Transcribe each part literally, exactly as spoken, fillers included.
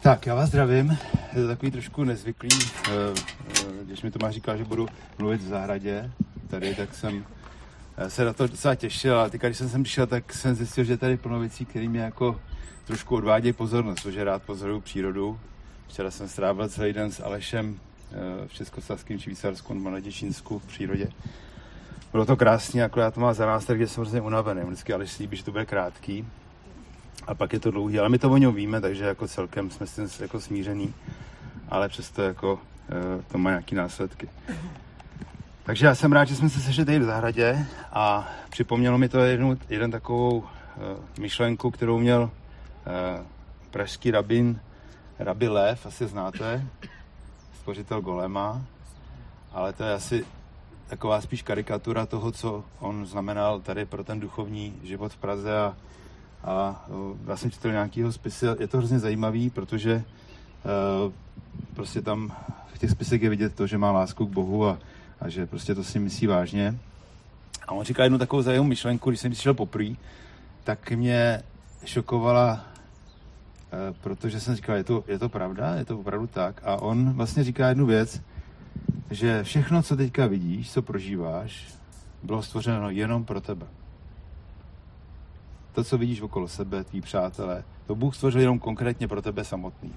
Tak, já vás zdravím. Je to takový trošku nezvyklý. Když mi Tomáš říkal, že budu mluvit v zahradě tady, tak jsem se na to docela těšil. A teď, když jsem sem přišel, tak jsem zjistil, že tady plno věcí, které mě jako trošku odvádějí pozornost, protože rád pozoruju přírodu. Včera jsem strávil celý den s Alešem v Českoslezském Švýcarsku na Děčínsku v přírodě. Bylo to krásně, akorát to má za nás, takže jsem hrozně unavený. Vždycky Aleš slíbí, že to bude krátký. A pak je to dlouhý, ale my to o něm víme, takže jako celkem jsme s tím jako smířený, ale přesto jako to má nějaký následky. Takže já jsem rád, že jsme se sešli tady v zahradě a připomnělo mi to jednu, jeden takovou myšlenku, kterou měl pražský rabin, Rabbi Lev, asi znáte, stvořitel Golema, ale to je asi taková spíš karikatura toho, co on znamenal tady pro ten duchovní život v Praze a A já jsem četl nějakýho spisy, je to hrozně zajímavý, protože uh, prostě tam v těch spisech je vidět to, že má lásku k Bohu a, a že prostě to si myslí vážně. A on říká jednu takovou zajímavou myšlenku, když jsem přišel poprvé, tak mě šokovala, uh, protože jsem říkal, je to, je to pravda, je to opravdu tak. A on vlastně říká jednu věc, že všechno, co teďka vidíš, co prožíváš, bylo stvořeno jenom pro tebe. To, co vidíš okolo sebe, tví přátelé, to Bůh stvořil jenom konkrétně pro tebe samotného.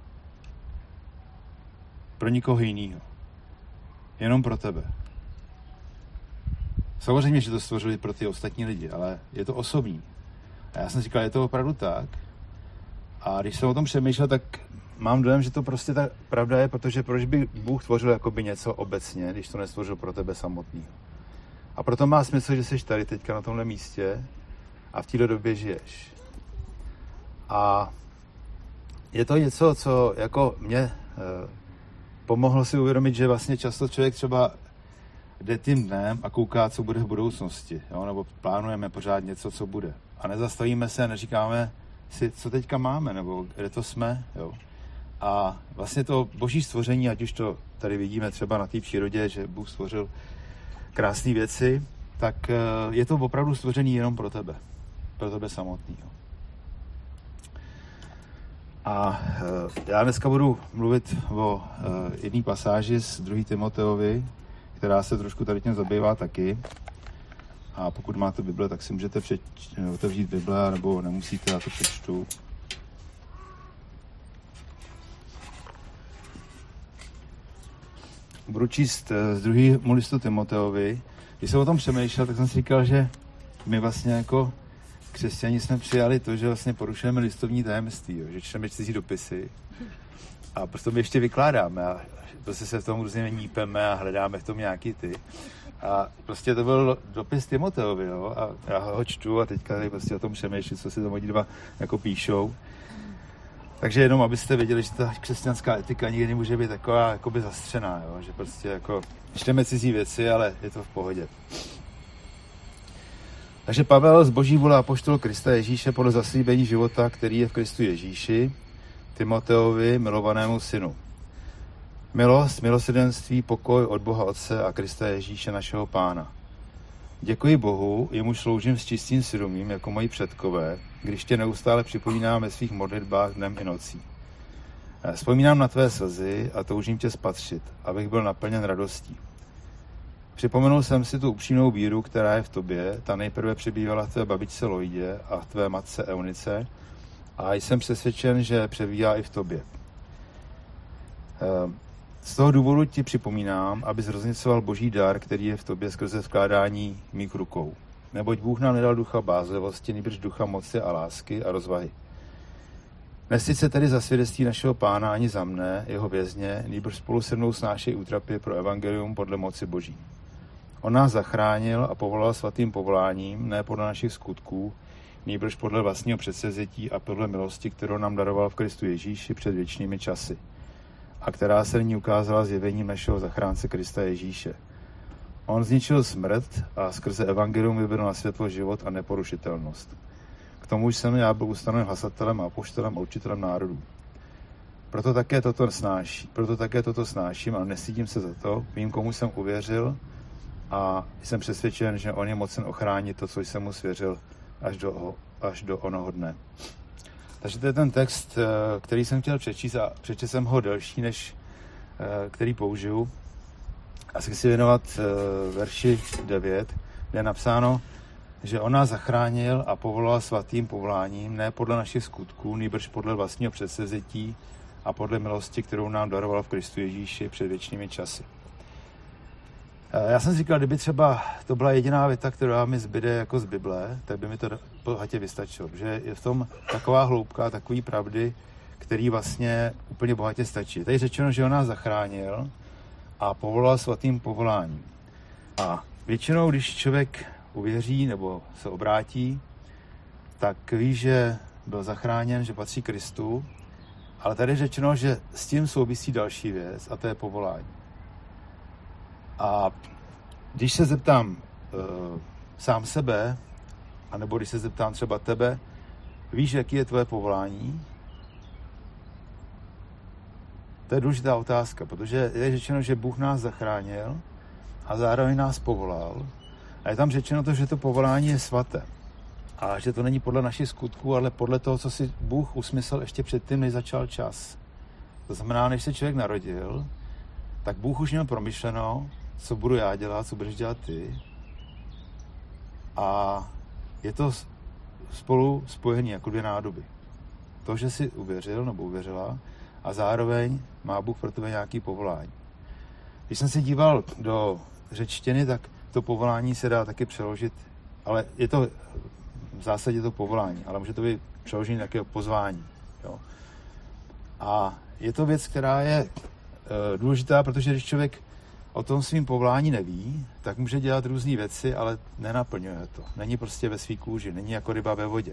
Pro nikoho jiného. Jenom pro tebe. Samozřejmě, že to stvořili pro ty ostatní lidi, ale je to osobní. A já jsem říkal, je to opravdu tak. A když jsem o tom přemýšlel, tak mám dojem, že to prostě ta pravda je, protože proč by Bůh tvořil jakoby něco obecně, když to nestvořil pro tebe samotného. A proto má smysl, že jsi tady teďka na tomhle místě a v této době žiješ. A je to něco, co jako mě eh, pomohlo si uvědomit, že vlastně často člověk třeba jde tím dnem a kouká, co bude v budoucnosti, jo? Nebo plánujeme pořád něco, co bude. A nezastavíme se a neříkáme si, co teďka máme, nebo kde to jsme. Jo? A vlastně to boží stvoření, ať už to tady vidíme třeba na té přírodě, že Bůh stvořil krásné věci, tak eh, je to opravdu stvoření jenom pro tebe. Pro tebe samotného. A e, já dneska budu mluvit o e, jedné pasáži z druhé Timoteovi, která se trošku tady tím zabývá taky. A pokud máte Bible, tak si můžete přeč, otevřít Bible, nebo nemusíte, já to přečtu. Budu číst z druhého listu Timoteovi. Když jsem o tom přemýšlel, tak jsem si říkal, že my vlastně jako křesťani jsme přijali to, že vlastně porušujeme listovní tajemství, jo, že čteme cizí dopisy a prostě my ještě vykládáme a prostě se v tom různě nípeme a hledáme v tom nějaký ty. A prostě to byl dopis Timoteovi, jo, a já ho čtu a teďka tady prostě o tom přemýšlím, co si tam oni dva jako píšou. Takže jenom, abyste věděli, že ta křesťanská etika nikdy nemůže být taková jakoby zastřená, jo, že prostě jako čteme cizí věci, ale je to v pohodě. Takže Pavel z boží vůle apoštol Krista Ježíše podle zaslíbení života, který je v Kristu Ježíši, Timoteovi, milovanému synu. Milost, milosrdenství, pokoj od Boha Otce a Krista Ježíše našeho Pána. Děkuji Bohu, jemu sloužím s čistým svědomím, jako moji předkové, když tě neustále připomínám ve svých modlitbách dnem i nocí. Vzpomínám na tvé slzy a toužím tě spatřit, abych byl naplněn radostí. Připomenul jsem si tu upřímnou víru, která je v tobě, ta nejprve přebývala v tvé babičce Lojdě a v tvé matce Eunice a jsem přesvědčen, že přebývá i v tobě. Z toho důvodu ti připomínám, abys roznicoval boží dar, který je v tobě skrze vkládání mých rukou. Neboť Bůh nám nedal ducha bázlivosti, nýbrž ducha moci a lásky a rozvahy. Nesti se tedy za svědectví našeho Pána ani za mne, jeho vězně, nýbrž spolu se mnou snášej útrapy pro evangelium podle moci boží. On nás zachránil a povolal svatým povoláním, ne podle našich skutků, nýbrž podle vlastního předsevzetí a podle milosti, kterou nám daroval v Kristu Ježíši před věčnými časy, a která se nyní ukázala zjevením našeho zachránce Krista Ježíše. On zničil smrt a skrze evangelium vyvedl na světlo život a neporušitelnost. K tomu jsem já byl ustanoven hlasatelem a apoštolem a učitelem národů. Proto také toto snáší, proto také toto snáším a nestydím se za to, vím, komu jsem uvěřil, a jsem přesvědčen, že on je mocen ochránit to, co jsem mu svěřil až do, až do onoho dne. Takže to je ten text, který jsem chtěl přečíst a přečetl jsem ho delší, než který použiju. A se chci věnovat verši devět, kde je napsáno, že on nás zachránil a povolal svatým povoláním, ne podle našich skutků, nýbrž podle vlastního předsevzetí a podle milosti, kterou nám daroval v Kristu Ježíši před věčnými časy. Já jsem si říkal, kdyby třeba to byla jediná věta, která mi zbyde jako z Bible, tak by mi to bohatě vystačilo. Že je v tom taková hloubka, takový pravdy, který vlastně úplně bohatě stačí. Tady je řečeno, že on nás zachránil a povolal svatým povoláním. A většinou, když člověk uvěří nebo se obrátí, tak ví, že byl zachráněn, že patří Kristu, ale tady je řečeno, že s tím souvisí další věc a to je povolání. A když se zeptám uh, sám sebe, anebo když se zeptám třeba tebe, víš, jaký je tvoje povolání? To je důležitá otázka, protože je řečeno, že Bůh nás zachránil a zároveň nás povolal. A je tam řečeno to, že to povolání je svaté. A že to není podle našich skutků, ale podle toho, co si Bůh usmyslel ještě předtím, než začal čas. To znamená, než se člověk narodil, tak Bůh už měl promyšleno, co budu já dělat, co budeš dělat ty. A je to spolu spojené jako dvě nádoby. To, že jsi uvěřil nebo uvěřila a zároveň má Bůh pro tebe nějaký povolání. Když jsem se díval do řečtiny, tak to povolání se dá taky přeložit, ale je to v zásadě to povolání, ale může to být přeložení nějakého pozvání. Jo. A je to věc, která je e, důležitá, protože když člověk o tom svým povolání neví, tak může dělat různé věci, ale nenaplňuje to. Není prostě ve svý kůži, není jako ryba ve vodě.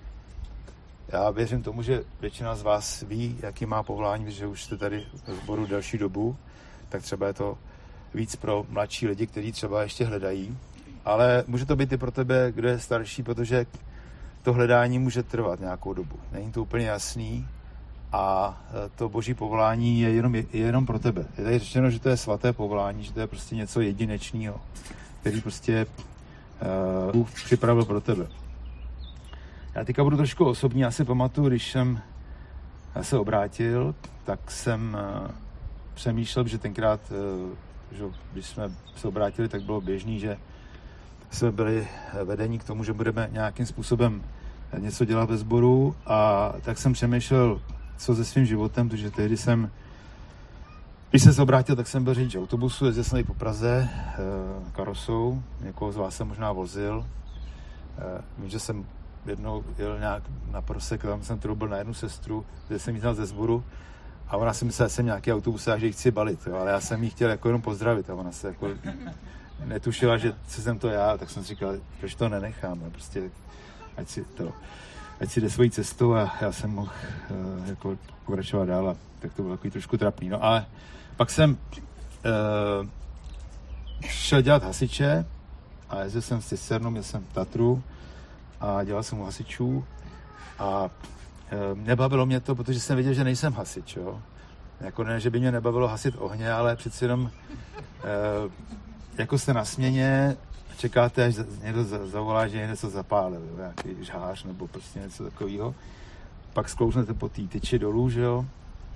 Já věřím tomu, že většina z vás ví, jaký má povolání, že už jste tady v sboru delší dobu, tak třeba je to víc pro mladší lidi, kteří třeba ještě hledají, ale může to být i pro tebe, kdo je starší, protože to hledání může trvat nějakou dobu. Není to úplně jasný a to boží povolání je jenom, je jenom pro tebe. Je tady řečeno, že to je svaté povolání, že to je prostě něco jedinečného, který prostě uh, Bůh připravil pro tebe. Já teďka budu trošku osobní, já si pamatuju, když jsem se obrátil, tak jsem uh, přemýšlel, že tenkrát, uh, že když jsme se obrátili, tak bylo běžný, že jsme byli vedení k tomu, že budeme nějakým způsobem něco dělat ve sboru a tak jsem přemýšlel, co se svým životem, protože tehdy jsem, když jsem se obrátil, tak jsem byl řidič autobusu, jezdil jsem po Praze e, karosou, někoho z vás jsem možná vozil. E, vím, že jsem jednou jel nějak na Prosek, tam jsem troubil na jednu sestru, kde jsem jí znal ze sboru a ona si myslela, že jsem nějaký autobus a že ji chci balit, jo, ale já jsem jí chtěl jako jenom pozdravit a ona se jako netušila, že co jsem to já, tak jsem si říkal, proč to nenechám, ne? Prostě ať si to, ať si jde svojí cestou a já jsem mohl uh, jako pokračovat dál a tak to bylo takový trošku trapný. No ale pak jsem uh, šel dělat hasiče a jezdil jsem s cisternou, měl jsem Tatru a dělal jsem u hasičů a uh, nebavilo mě to, protože jsem věděl, že nejsem hasič, jo. Jako ne, že by mě nebavilo hasit ohně, ale přeci jenom uh, jako jste na směně, čekáte, až někdo zavolá, že je něco zapálil, nějaký žhář nebo prostě něco takového. Pak sklouznete po té tyči dolů, že jo,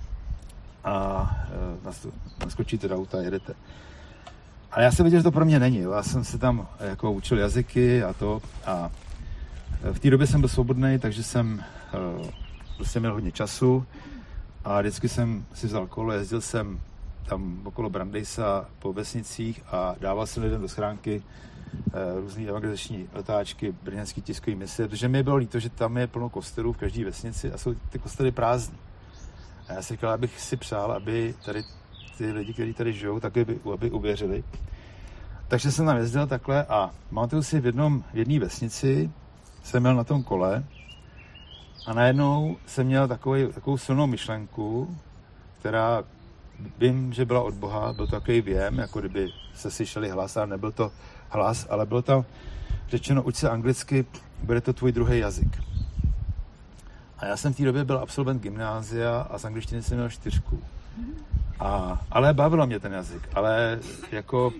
a e, naskočíte do auta a jedete. Ale já jsem viděl, že to pro mě není, jo. Já jsem se tam jako učil jazyky a to a v té době jsem byl svobodný, takže jsem e, prostě měl hodně času a vždycky jsem si vzal kolo, jezdil jsem tam okolo Brandejsa po vesnicích a dával jsem lidem do schránky e, různý evangelizační letáčky, brněnský tiskový mise, protože mi bylo líto, že tam je plno kostelů v každé vesnici a jsou ty kostely prázdný. A já si říkal, abych si přál, aby tady ty lidi, kteří tady žijou, tak aby, aby uvěřili. Takže jsem tam jezdil takhle a pamatuju si v jednom, v jedné vesnici jsem měl na tom kole a najednou jsem měl takový, takovou silnou myšlenku, která vím, že byla od Boha, byl to takový věm, jako kdyby se slyšeli hlas, ale nebyl to hlas, ale bylo tam řečeno, uč se anglicky, bude to tvůj druhý jazyk. A já jsem v té době byl absolvent gymnázia a z angličtiny jsem měl čtyřku. A, ale bavilo mě ten jazyk, ale jako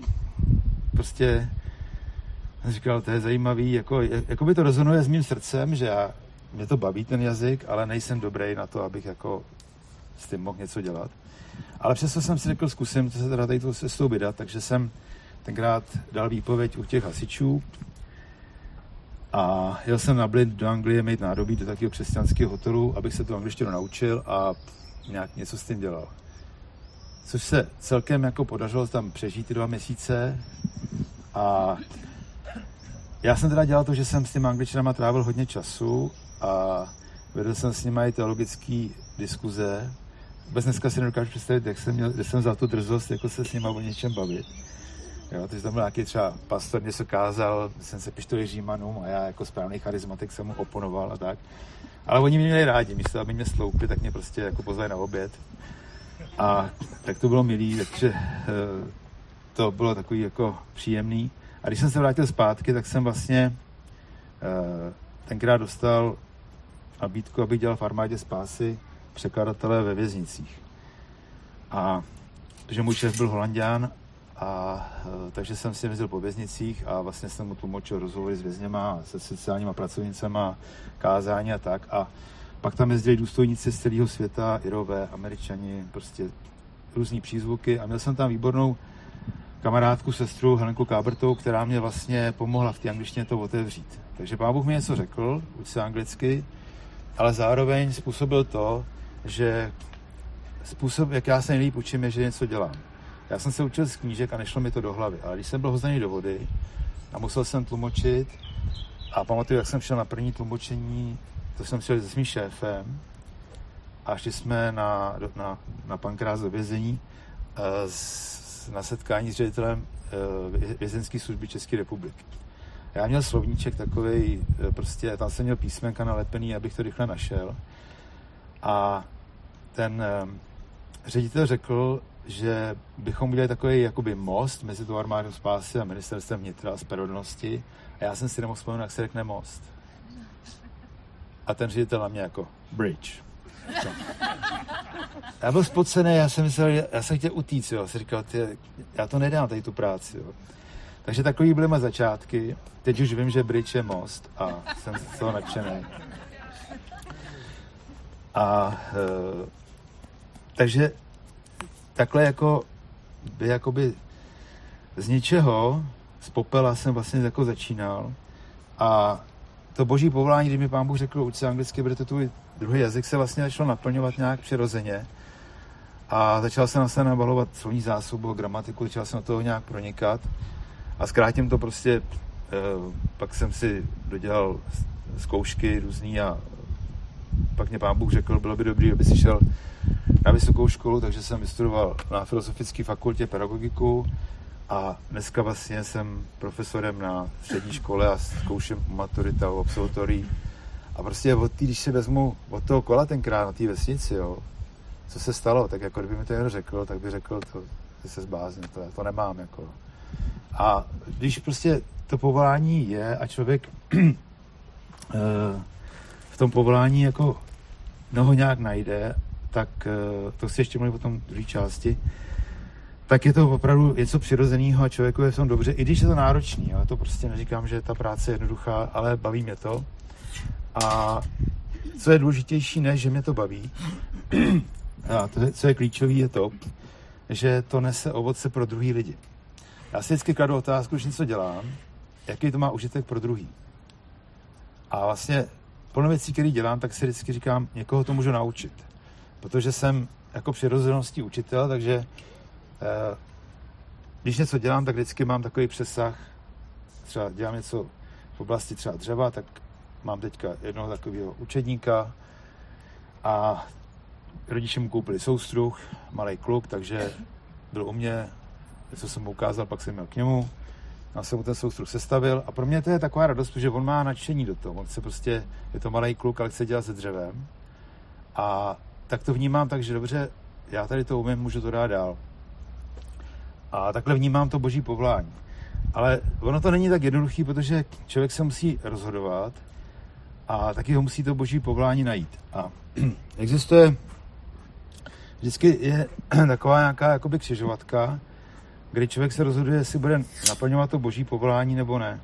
prostě jsem říkal, to je zajímavý, jako, jako by to rezonuje s mým srdcem, že já mě to baví ten jazyk, ale nejsem dobrý na to, abych jako s tím mohl něco dělat. Ale přesto jsem si řekl, zkusím se teda tady s tou vydat, takže jsem tenkrát dal výpověď u těch hasičů a jel jsem na Blid do Anglie mít nádobí do takového křesťanského hotelu, abych se tu angličtinu naučil a nějak něco s tím dělal. Což se celkem jako podařilo tam přežít ty dva měsíce a já jsem teda dělal to, že jsem s těmi angličtinama trávil hodně času a vedl jsem s nimi i teologické diskuze. Vůbec dneska si nedokážu představit, jak jsem měl, že jsem vzal tu drzost, jako se s nimi o něčem bavit. Jo, takže tam byl nějaký třeba pastor, něco kázal, jsem se pištoli Římanům a já jako správný charizmatik jsem mu oponoval a tak. Ale oni mě měli rádi, místo aby mě sloupli, tak mě prostě jako pozvali na oběd. A tak to bylo milý, takže to bylo takový jako příjemný. A když jsem se vrátil zpátky, tak jsem vlastně tenkrát dostal nabídku, abych dělal v armádě spásy překladatele ve věznicích. A protože můj šéf byl Holanďan, a takže jsem si jezdil po věznicích a vlastně jsem mu tlumočil rozhovory s vězněma, se sociálníma pracovnicema, kázání a tak. A pak tam jezdili důstojníci z celého světa, Irové, Američani, prostě různý přízvuky a měl jsem tam výbornou kamarádku, sestru Helenku Kábrtovou, která mě vlastně pomohla v té angličtině to otevřít. Takže Pán Bůh mi něco řekl, uč se anglicky, ale zároveň způsobil to, že způsob, jak já se nejlíp učím, je, že něco dělám. Já jsem se učil z knížek a nešlo mi to do hlavy, ale když jsem byl hozený do vody a musel jsem tlumočit a pamatuju, jak jsem šel na první tlumočení, to jsem šel se svým šéfem a šli jsme na, na, na Pankrác do vězení na setkání s ředitelem vězenské služby České republiky. Já měl slovníček takovej, prostě tam jsem měl písmenka nalepený, abych to rychle našel. A ten ředitel řekl, že bychom udělali takový jakoby most mezi tou armádou spásy a ministerstvem vnitra a spravedlnosti. A já jsem si nemohl vzpomenout, jak se řekne most. A ten ředitel na mě jako bridge. Já byl spocený, já jsem myslel, já jsem chtěl utíct, jo. Já jsem říkal, tě, já to nedám, tady tu práci, jo. Takže takový byly moje začátky. Teď už vím, že bridge je most a jsem z toho nadšený. A e, takže takhle jako by jakoby z ničeho, z popela jsem vlastně jako začínal a to boží povolání, když mi Pán Bůh řekl, uč se anglicky, bude to tvůj druhý jazyk, se vlastně začalo naplňovat nějak přirozeně a začal jsem se nabalovat slovní zásobu, gramatiku, začal jsem do toho nějak pronikat a zkrátím to prostě, e, pak jsem si dodělal zkoušky různý a pak mě Pán Bůh řekl, bylo by dobrý, aby si šel na vysokou školu, takže jsem vystudoval na Filozofické fakultě pedagogiku a dneska vlastně jsem profesorem na střední škole a zkouším maturita o absolutorií. A prostě od tý, když si vezmu od toho kola tenkrát na té vesnici, jo, co se stalo, tak jako kdyby mi to někdo řekl, tak by řekl, to, že se zblázně, to, to nemám. Jako. A když prostě to povolání je a člověk v tom povolání jako mnoho nějak najde, tak to chci ještě mluvit o tom druhé části, tak je to opravdu něco přirozeného a člověku je v tom dobře, i když je to náročný. Já to prostě neříkám, že ta práce je jednoduchá, ale baví mě to. A co je důležitější, než že mě to baví, a to je, co je klíčový, je to, že to nese ovoce pro druhý lidi. Já si vždycky kladu otázku, když něco dělám, jaký to má užitek pro druhý. A vlastně plno věcí, které dělám, tak si vždycky říkám, někoho to můžu naučit. Protože jsem jako přirozeností učitel, takže eh, když něco dělám, tak vždycky mám takový přesah. Třeba dělám něco v oblasti třeba dřeva, tak mám teďka jednoho takového učedníka a rodiče mu koupili soustruh, malý kluk, takže byl u mě, něco jsem mu ukázal, pak jsem měl k němu, já jsem mu ten soustruh sestavil a pro mě to je taková radost, protože on má nadšení do toho, on se prostě, je to malý kluk, ale chce dělat se dřevem a tak to vnímám tak, že dobře, já tady to umím, můžu to dát dál. A takhle vnímám to boží povolání. Ale ono to není tak jednoduchý, protože člověk se musí rozhodovat a taky ho musí to boží povolání najít. A existuje, vždycky je taková nějaká jakoby křižovatka, kdy člověk se rozhoduje, jestli bude naplňovat to boží povolání nebo ne.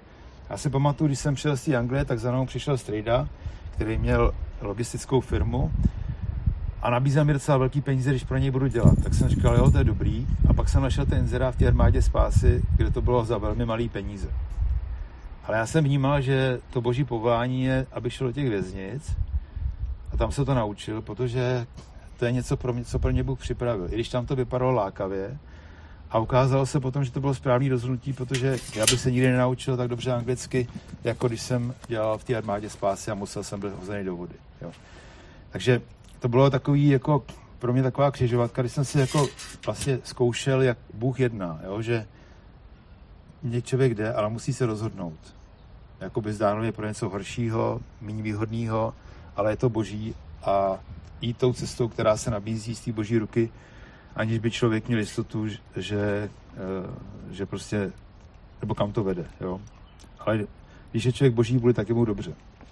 Já si pamatuju, když jsem přišel z té Anglie, tak za mnou přišel strejda, který měl logistickou firmu a nabízel mi docela velký peníze, když pro něj budu dělat. Tak jsem říkal, jo, to je dobrý. A pak jsem našel ten inzerát v té armádě spásy, kde to bylo za velmi malý peníze. Ale já jsem vnímal, že to boží povolání je, aby šel do těch věznic a tam se to naučil, protože to je něco, pro mě, co pro mě Bůh připravil. I když tam to vypadalo lákavě a ukázalo se potom, že to bylo správný rozhodnutí, protože já bych se nikdy nenaučil tak dobře anglicky, jako když jsem dělal v té armádě spásy a musel jsem být hozený do vody. Jo. Takže to bylo takový, jako pro mě taková křižovatka, když jsem si jako vlastně zkoušel, jak Bůh jedná, jo, že mě člověk jde, ale musí se rozhodnout. Jakoby zdánlivě pro něco horšího, méně výhodného, ale je to boží a jít tou cestou, která se nabízí z té boží ruky, aniž by člověk měl jistotu, že, že prostě, nebo kam to vede, jo. Ale když je člověk boží vůli, tak je mu dobře.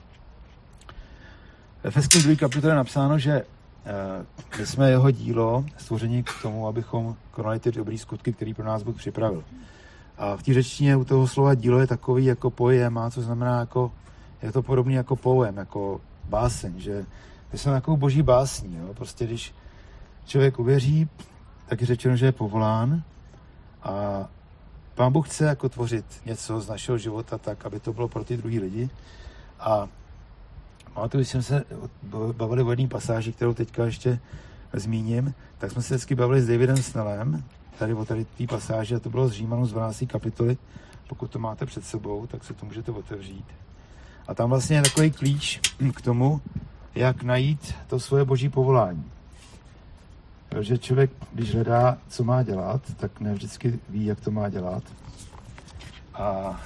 V Efeským druhé kapitole je napsáno, že my jsme jeho dílo stvoření k tomu, abychom konali ty dobrý skutky, který pro nás Bůh připravil. A v té řečtině u toho slova dílo je takový jako pojem, a co znamená jako, je to podobný jako pojem, jako báseň, že my jsme takovou boží básní, jo? Prostě když člověk uvěří, tak je řečeno, že je povolán a Pán Bůh chce jako tvořit něco z našeho života tak, aby to bylo pro ty druhý lidi. A pamatuju, když jsme se bavili o jedné pasáži, kterou teďka ještě zmíním, tak jsme se vždycky bavili s Davidem Snellem, tady o tady té pasáži, a to bylo z Římanů z dvanácté kapitoly. Pokud to máte před sebou, tak se to můžete otevřít. A tam vlastně je takový klíč k tomu, jak najít to svoje boží povolání. Takže člověk, když hledá, co má dělat, tak ne vždycky ví, jak to má dělat. A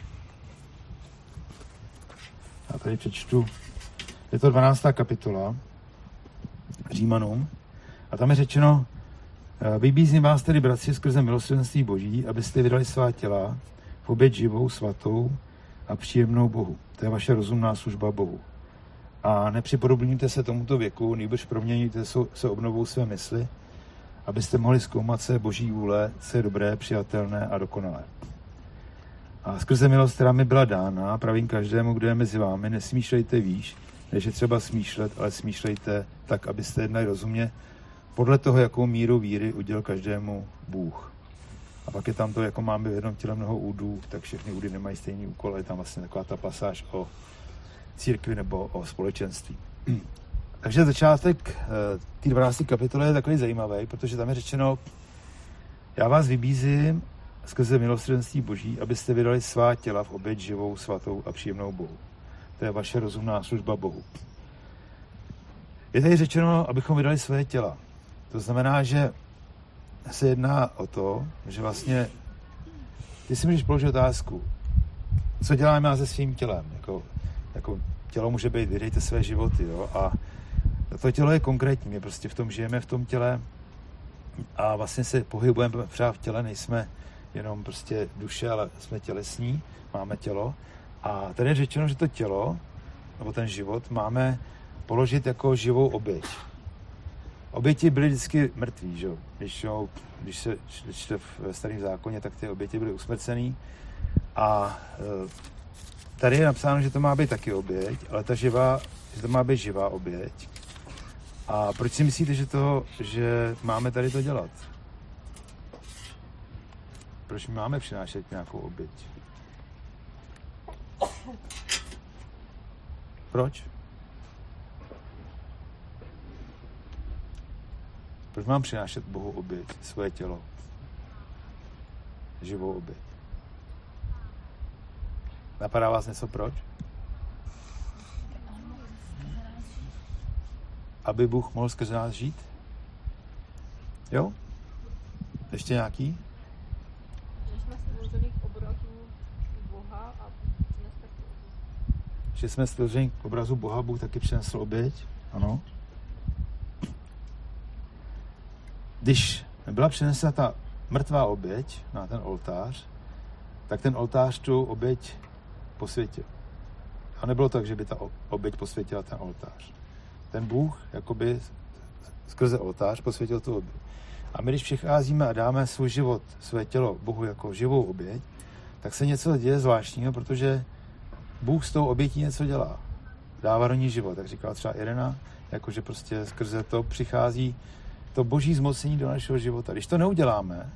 já tady přečtu, je to dvanáctá kapitola Římanům a tam je řečeno: vybízím vás tedy, bratři, skrze milosrdenství boží, abyste vydali svá těla v oběť živou, svatou a příjemnou Bohu. To je vaše rozumná služba Bohu. A nepřipodobňujte se tomuto věku, nýbrž proměňujte se obnovou své mysli, abyste mohli zkoumat se boží vůle, co je dobré, přijatelné a dokonalé. A skrze milost, která mi byla dána, pravím každému, kdo je mezi vámi, nesmýšlejte výš, než je třeba smýšlet, ale smýšlejte tak, abyste jednali rozumně, podle toho, jakou míru víry udělal každému Bůh. A pak je tam to, jako máme v jednom těle mnoho údů, tak všechny údy nemají stejný úkol, je tam vlastně taková ta pasáž o církvi nebo o společenství. Takže začátek té dvanácté kapitoly je takový zajímavý, protože tam je řečeno: já vás vybízím skrze milosrdenství boží, abyste vydali svá těla v oběť živou, svatou a příjemnou Bohu. To je vaše rozumná služba Bohu. Je tady řečeno, abychom vydali své těla. To znamená, že se jedná o to, že vlastně ty si můžeš položit otázku, co děláme se svým tělem. Jako, jako tělo může být, vydejte své životy, jo? A to tělo je konkrétní, my prostě v tom žijeme, v tom těle a vlastně se pohybujeme třeba v těle, nejsme jenom prostě duše, ale jsme tělesní, máme tělo. A tady je řečeno, že to tělo, nebo ten život, máme položit jako živou oběť. Oběti byly vždycky mrtví, že? Když, jo, když se čte v starém zákoně, tak ty oběti byly usmrcený. A tady je napsáno, že to má být taky oběť, ale ta živá, že to má být živá oběť. A proč si myslíte, že, to, že máme tady to dělat? Proč my máme přinášet nějakou oběť? Proč? Proč mám přinášet Bohu oběť, svoje tělo? Živou oběť. Napadá vás něco proč? Aby Bůh mohl skrze nás žít? Jo? Ještě nějaký? Že jsme stvořeni k obrazu Boha, Bůh taky přinesl oběť. Ano. Když byla přinesena ta mrtvá oběť na ten oltář, tak ten oltář tu oběť posvětil. A nebylo tak, že by ta oběť posvětila ten oltář. Ten Bůh jakoby skrze oltář posvětil tu oběť. A my, když přicházíme a dáme svůj život, své tělo Bohu jako živou oběť, tak se něco děje zvláštního, protože Bůh s tou obětí něco dělá. Dává do ní život, jak říkala třeba Irena, jakože prostě skrze to přichází to boží zmocnění do našeho života. Když to neuděláme,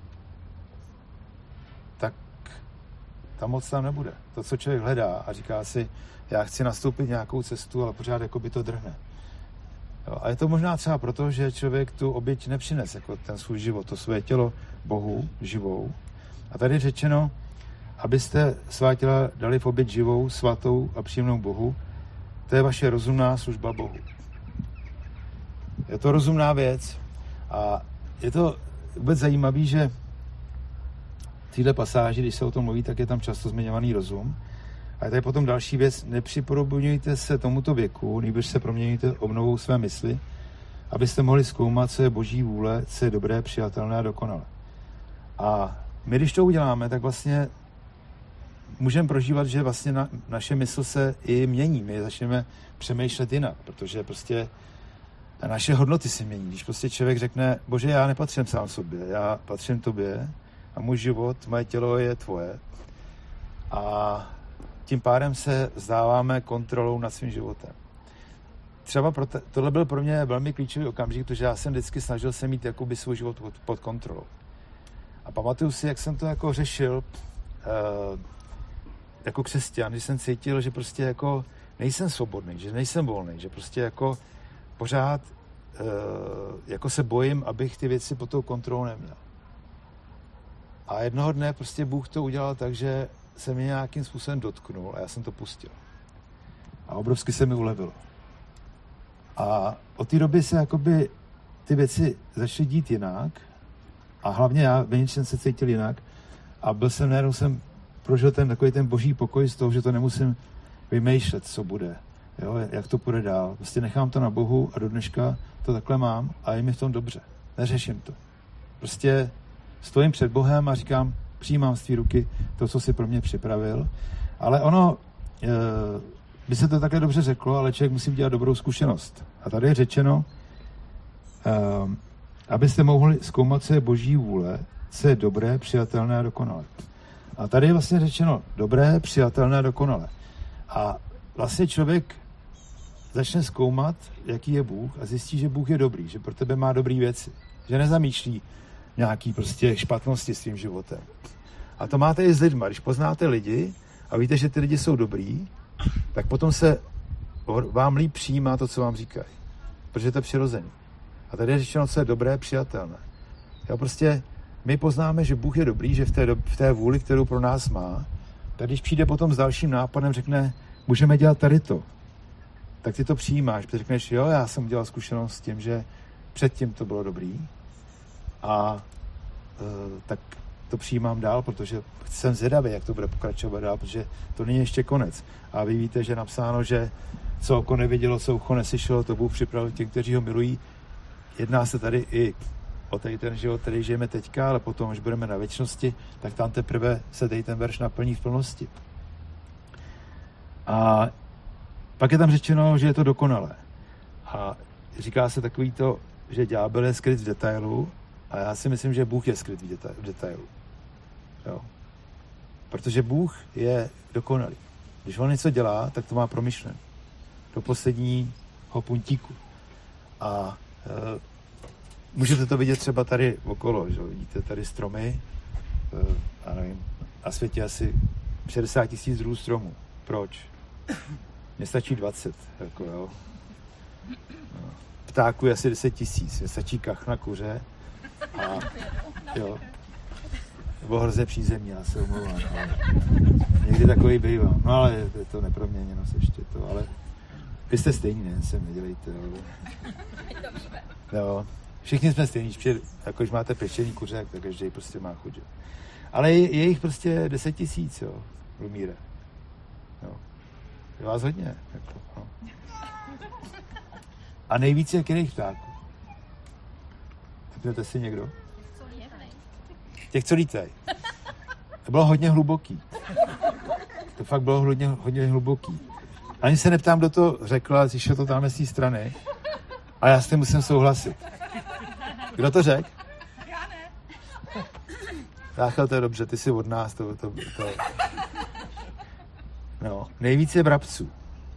tak ta moc tam nebude. To, co člověk hledá a říká si, já chci nastoupit nějakou cestu, ale pořád jako by to drhne. Jo, a je to možná třeba proto, že člověk tu oběť nepřines, jako ten svůj život, to své tělo Bohu, živou. A tady je řečeno, abyste svá těla dali v oběť živou, svatou a příjemnou Bohu. To je vaše rozumná služba Bohu. Je to rozumná věc a je to vůbec zajímavé, že v této pasáži, když se o tom mluví, tak je tam často zmiňovaný rozum. A je tady potom další věc, nepřipodobňujte se tomuto věku, nýbrž se proměňujte obnovou své mysli, abyste mohli zkoumat, co je boží vůle, co je dobré, přijatelné a dokonalé. A my, když to uděláme, tak vlastně můžeme prožívat, že vlastně na, naše mysl se i mění. My začneme přemýšlet jinak, protože prostě naše hodnoty se mění. Když prostě člověk řekne, bože, já nepatřím sám sobě, já patřím tobě a můj život, moje tělo je tvoje. A tím pádem se vzdáváme kontrolou nad svým životem. Třeba proto, tohle byl pro mě velmi klíčový okamžik, protože já jsem vždycky snažil se mít jakoby svůj život pod, pod kontrolou. A pamatuju si, jak jsem to jako řešil uh, jako křesťan, když jsem cítil, že prostě jako nejsem svobodný, že nejsem volný, že prostě jako pořád uh, jako se bojím, abych ty věci pod tou kontrolou neměl. A jednoho dne prostě Bůh to udělal tak, že se mě nějakým způsobem dotknul a já jsem to pustil. A obrovsky se mi ulevilo. A od té doby se jakoby ty věci začaly dít jinak a hlavně já ve něčem se cítil jinak a byl jsem, najednou jsem prožil ten takový ten boží pokoj z toho, že to nemusím vymýšlet, co bude, jo, jak to půjde dál. Prostě nechám to na Bohu a do dneška to takhle mám a je mi v tom dobře. Neřeším to. Prostě stojím před Bohem a říkám, přijímám z tvý ruky to, co jsi pro mě připravil, ale ono e, by se to takhle dobře řeklo, ale člověk musí dělat dobrou zkušenost. A tady je řečeno, e, abyste mohli zkoumat, co je boží vůle, co je dobré, přijatelné a dokonalé. A tady je vlastně řečeno dobré, přijatelné a dokonalé. A vlastně člověk začne zkoumat, jaký je Bůh a zjistí, že Bůh je dobrý, že pro tebe má dobrý věci, že nezamýšlí nějaký prostě špatnosti s tím životem. A to máte i s lidma. Když poznáte lidi a víte, že ty lidi jsou dobrý, tak potom se vám líp přijímá to, co vám říkají. Protože to je přirozený. A tady je řečeno, co je dobré, přijatelné. Jo, prostě my poznáme, že Bůh je dobrý, že v té, v té vůli, kterou pro nás má, tak když přijde potom s dalším nápadem, řekne, můžeme dělat tady to, tak ty to přijímáš, protože řekneš, jo, já jsem dělal zkušenost s tím, že předtím to bylo dobrý a e, tak to přijímám dál, protože jsem zvědavý, jak to bude pokračovat dál, protože to není ještě konec. A vy víte, že je napsáno, že co oko nevidělo, co ucho neslyšelo, to Bůh připravil těm, kteří ho milují. Jedná se tady i o tady ten život, který žijeme teďka, ale potom, až budeme na věčnosti, tak tam teprve se tady ten verš naplní v plnosti. A pak je tam řečeno, že je to dokonalé. A říká se takový to, že ďábel je skryt v detailu a já si myslím, že Bůh je skryt v detailu. Jo. Protože Bůh je dokonalý. Když on něco dělá, tak to má promyšlen. Do posledního puntíku. A e, můžete to vidět třeba tady okolo, že? Vidíte tady stromy, e, já nevím, na světě asi šedesát tisíc druhů stromů. Proč? Mně stačí dvacet, jako jo. No. Ptáků je asi deset tisíc, mně stačí kachna kuře a jo. Nebo hrozně přízemní, já se omlouvám. Někdy takový bývám. No ale je to neproměněnost ještě to, ale vy jste stejní, ne, se nedělejte. Ale... Jo. Všichni jsme stejní, jako když máte pečený kuře, tak každý prostě má chuť. Ale je, je jich prostě deset tisíc, jo, Lumíre. Jo. Je vás hodně. Jako, no. A nejvíce je kterých ptáků? Typnete si někdo? Těch, co lítají. To bylo hodně hluboký. To fakt bylo hodně, hodně hluboký. Ani se neptám, kdo to řekl, ale zjišel to tamhle z té strany. A já s tím musím souhlasit. Kdo to řekl? Já ne. Ráchel, to je dobře, ty jsi od nás, to, to, to... No, nejvíce brabců.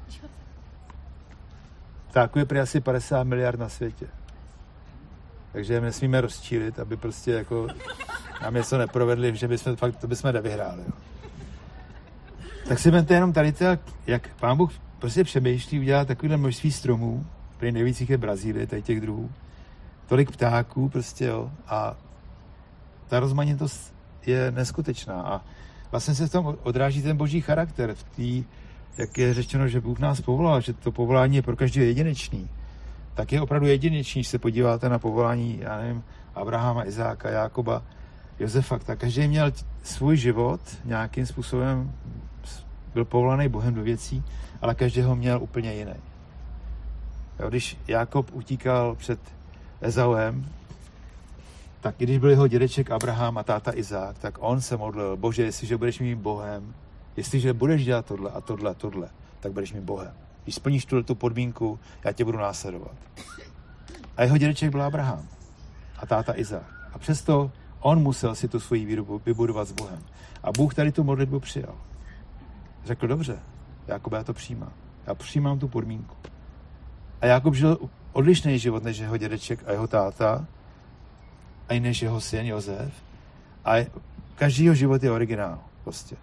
Ptáků je prý asi padesát miliard na světě. Takže je nesmíme rozčílit, aby prostě jako nám něco neprovedli, že bychom, fakt, to bychom nevyhráli. Jo. Tak si vemte jenom tady to, jak Pán Bůh prostě přemýšlí udělat takovýhle množství stromů, tady nejvíc jich je Brazílie, tady těch druhů, tolik ptáků prostě, jo, a ta rozmanitost je neskutečná a vlastně se v tom odráží ten boží charakter, v tý, jak je řečeno, že Bůh nás povolal, že to povolání je pro každého jedinečný, tak je opravdu jedinečný, když se podíváte na povolání, já nevím, Abrahama, Izáka, Jákoba, Josefa, tak každý měl svůj život, nějakým způsobem byl povolaný Bohem do věcí, ale každý ho měl úplně jiný. Jo, když Jákob utíkal před Ezauem, tak když byl jeho dědeček Abraham a táta Izák, tak on se modlil, Bože, jestliže budeš mým Bohem, jestliže budeš dělat tohle a tohle a tohle, tak budeš mým Bohem. Když splníš tu podmínku, já tě budu následovat. A jeho dědeček byl Abraham a táta Izák. A přesto on musel si tu svoji víru vybudovat s Bohem. A Bůh tady tu modlitbu přijal. Řekl, dobře, Jákob, já to přijímám. Já přijímám tu podmínku. A Jákob žil odlišný život než jeho dědeček a jeho táta, a i než jeho syn Josef. A každýho život je originál. Prostě.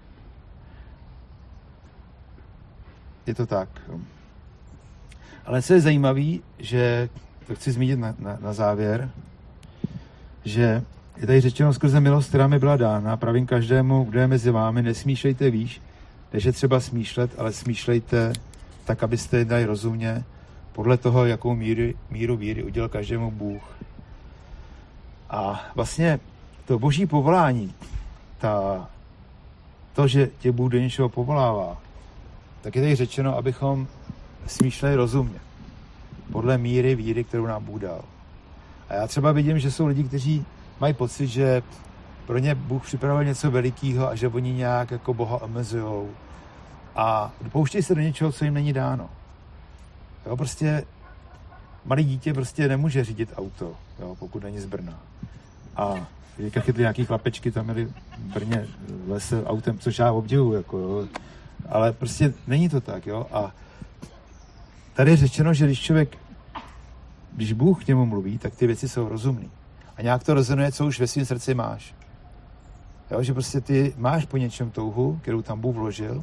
Je to tak. Ale co je zajímavé, že to chci zmínit na, na, na závěr, že je tady řečeno skrze milost, která mi byla dána, pravím každému, kdo je mezi vámi, nesmýšlejte výš, než je třeba smýšlet, ale smýšlejte tak, abyste dali rozumně, podle toho, jakou míru, míru víry udělal každému Bůh. A vlastně to boží povolání, ta, to, že tě Bůh do něčeho povolává, tak je tady řečeno, abychom smýšleli rozumně, podle míry víry, kterou nám Bůh dal. A já třeba vidím, že jsou lidi, kteří mají pocit, že pro ně Bůh připravil něco velikého a že oni nějak jako Boha omezujou a pouštějí se do něčeho, co jim není dáno. Jo, prostě malý dítě prostě nemůže řídit auto, jo, pokud není z Brna. A teďka chytli nějaký chlapečky, tam měli v Brně v lese autem, což já obdivuju, jako, jo. Ale prostě není to tak, jo. A tady je řečeno, že když člověk, když Bůh k němu mluví, tak ty věci jsou rozumný. A nějak to rezonuje, co už ve svém srdci máš. Jo, že prostě ty máš po něčem touhu, kterou tam Bůh vložil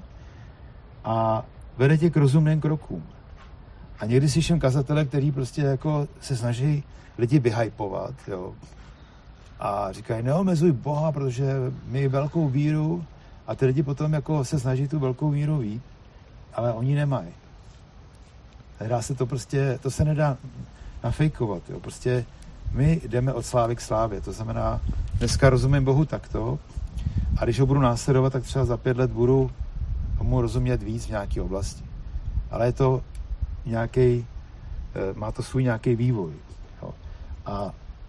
a vede tě k rozumným krokům. A někdy slyším kazatele, který prostě jako se snaží lidi vyhypovat, jo. A říkají, neomezuj Boha, protože my velkou víru a ty lidi potom jako se snaží tu velkou víru vít, ale oni nemají. Nedá se to prostě, to se nedá nafejkovat, jo. Prostě my jdeme od slávy k slávě, to znamená, dneska rozumím Bohu takto a když ho budu následovat, tak třeba za pět let budu tomu rozumět víc v nějaké oblasti. Ale je to nějaký, má to svůj nějaký vývoj. Jo. A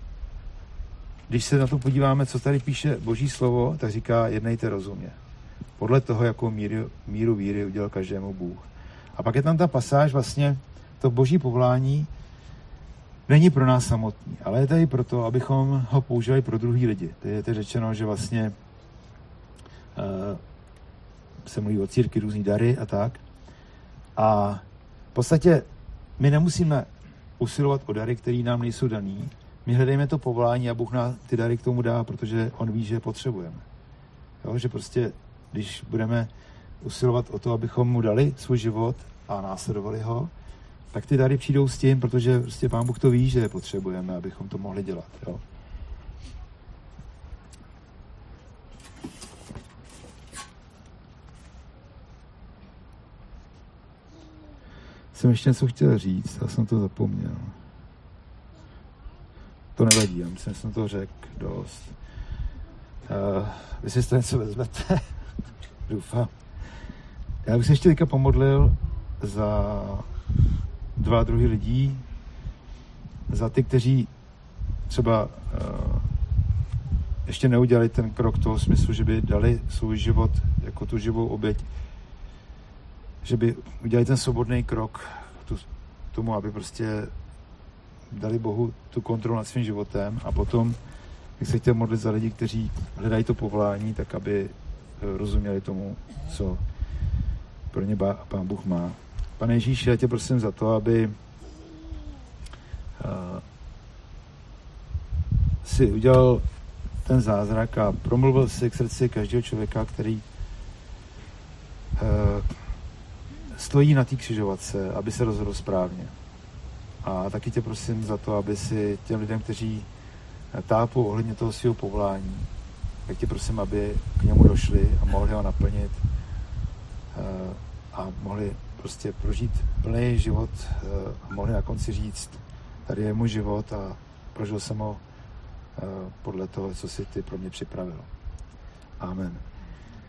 když se na to podíváme, co tady píše Boží slovo, tak říká, jednejte rozumně. Podle toho, jakou míru, míru víry udělal každému Bůh. A pak je tam ta pasáž, vlastně to Boží povolání není pro nás samotný, ale je tady proto, abychom ho používali pro druhý lidi. To je to řečeno, že vlastně uh, se mluví o církvi, různý dary a tak. A v podstatě my nemusíme usilovat o dary, které nám nejsou daný. My hledejme to povolání a Bůh nám ty dary k tomu dá, protože on ví, že je potřebujeme. Jo, že prostě, když budeme usilovat o to, abychom mu dali svůj život a následovali ho, tak ty dary přijdou s tím, protože prostě Pán Bůh to ví, že je potřebujeme, abychom to mohli dělat. Jo. Jsem ještě něco chtěl říct, já jsem to zapomněl. To nevadí, já myslím, že jsem to řekl dost. Uh, vy si to něco vezmete? Doufám. Já bych se ještě teďka pomodlil za dva druhy lidí, za ty, kteří třeba uh, ještě neudělali ten krok toho smyslu, že by dali svůj život jako tu živou oběť, že by udělali ten svobodný krok k tomu, aby prostě dali Bohu tu kontrolu nad svým životem a potom bych se chtěl modlit za lidi, kteří hledají to povolání, tak aby rozuměli tomu, co pro ně Pán Bůh má. Pane Ježíši, já tě prosím za to, aby si udělal ten zázrak a promluvil si k srdci každého člověka, který stojí na té křižovatce, aby se rozhodl správně. A taky tě prosím za to, aby si těm lidem, kteří tápou ohledně toho svého povolání, tak tě prosím, aby k němu došli a mohli ho naplnit a mohli prostě prožít plný život a mohli na konci říct, tady je můj život a prožil jsem ho podle toho, co jsi ty pro mě připravil. Amen.